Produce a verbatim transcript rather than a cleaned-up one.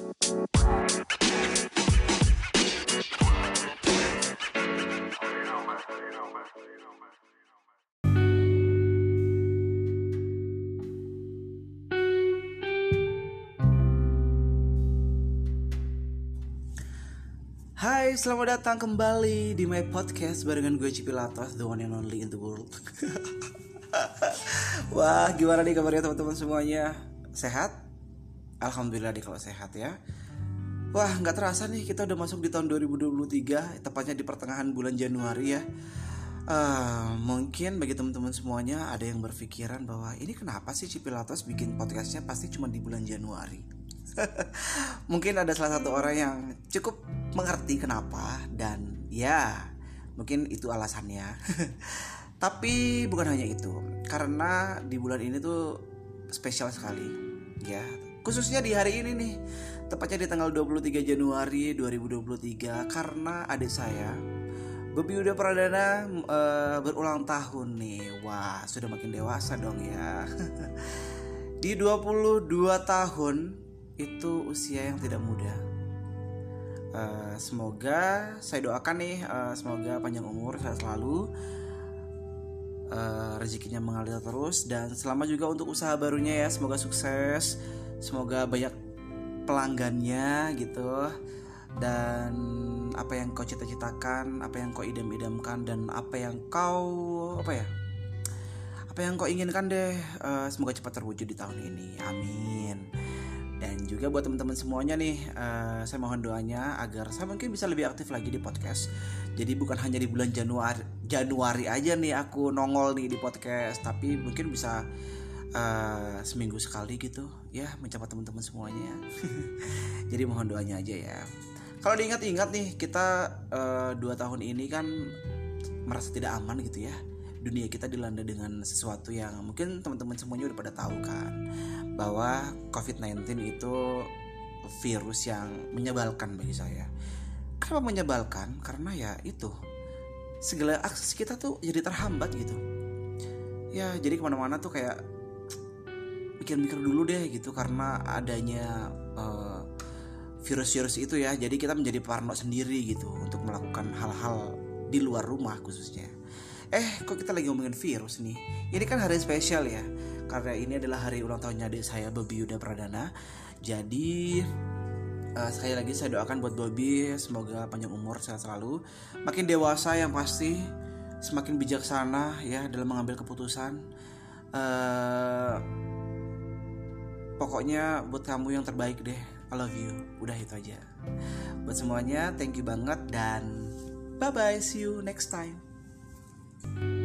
Hai, selamat datang kembali di my podcast barengan gue Cipilatos, the one and only in the world. Wah, gimana nih kabarnya teman-teman semuanya? Sehat? Alhamdulillah deh kalau sehat ya. Wah, gak terasa nih kita udah masuk di tahun dua ribu dua puluh tiga, tepatnya di pertengahan bulan Januari ya. uh, Mungkin bagi teman-teman semuanya ada yang berpikiran bahwa ini kenapa sih Cipilatos bikin podcastnya pasti cuma di bulan Januari. Mungkin ada salah satu orang yang cukup mengerti kenapa, dan ya mungkin itu alasannya. Tapi bukan hanya itu, karena di bulan ini tuh spesial sekali ya, khususnya di hari ini nih, tepatnya di tanggal dua puluh tiga Januari dua ribu dua puluh tiga, karena adik saya Bobby Yuda Pradana uh, berulang tahun nih. Wah, sudah makin dewasa dong ya. Di dua puluh dua tahun itu usia yang tidak muda. uh, Semoga saya doakan nih, uh, semoga panjang umur, sehat selalu, uh, rezekinya mengalir terus, dan selamat juga untuk usaha barunya ya. Semoga sukses, semoga banyak pelanggannya gitu. Dan apa yang kau cita-citakan, apa yang kau idam-idamkan, dan apa yang kau apa ya apa yang kau inginkan deh, uh, semoga cepat terwujud di tahun ini. Amin. Dan juga buat teman-teman semuanya nih, uh, saya mohon doanya agar saya mungkin bisa lebih aktif lagi di podcast. Jadi bukan hanya di bulan Januari Januari aja nih aku nongol nih di podcast, tapi mungkin bisa uh, seminggu sekali gitu ya, mencapai teman-teman semuanya. Jadi mohon doanya aja ya. Kalau diingat-ingat nih, kita uh, dua tahun ini kan merasa tidak aman gitu ya. Dunia kita dilanda dengan sesuatu yang mungkin teman-teman semuanya udah pada tahu kan, bahwa covid sembilan belas itu virus yang menyebalkan bagi saya. Kenapa menyebalkan? Karena ya itu, segala akses kita tuh jadi terhambat gitu ya. Jadi kemana-mana tuh kayak mikir-mikir dulu deh gitu, karena adanya uh, virus-virus itu ya. Jadi kita menjadi parno sendiri gitu untuk melakukan hal-hal di luar rumah khususnya. Eh kok kita lagi ngomongin virus nih. Ini kan hari spesial ya, karena ini adalah hari ulang tahunnya adik saya, Bobby Yuda Pradana. Jadi uh, sekali lagi saya doakan buat Bobby, semoga panjang umur, sehat selalu, makin dewasa yang pasti, semakin bijaksana ya dalam mengambil keputusan. uh, Pokoknya buat kamu yang terbaik deh. I love you. Udah itu aja. Buat semuanya, thank you banget, dan bye bye, see you next time.